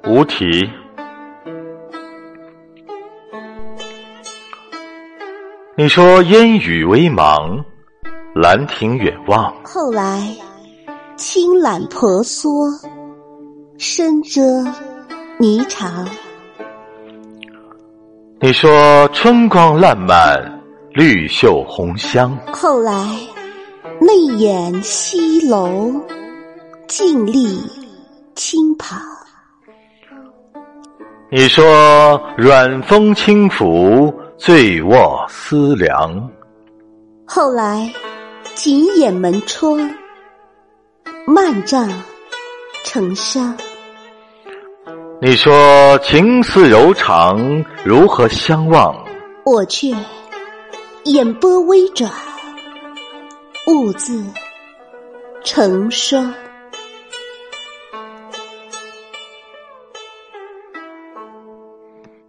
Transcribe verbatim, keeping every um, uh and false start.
无题。你说烟雨微茫，兰亭远望。 后来青缆婆娑，深遮霓裳。 你说春光烂漫，绿袖红香。 后来内掩西楼，静立倾旁。 你说软风轻拂，醉卧思量。 后来紧掩门窗，漫帐成伤。 你说情丝柔长，如何相望？ 我却眼波微转，兀自成霜。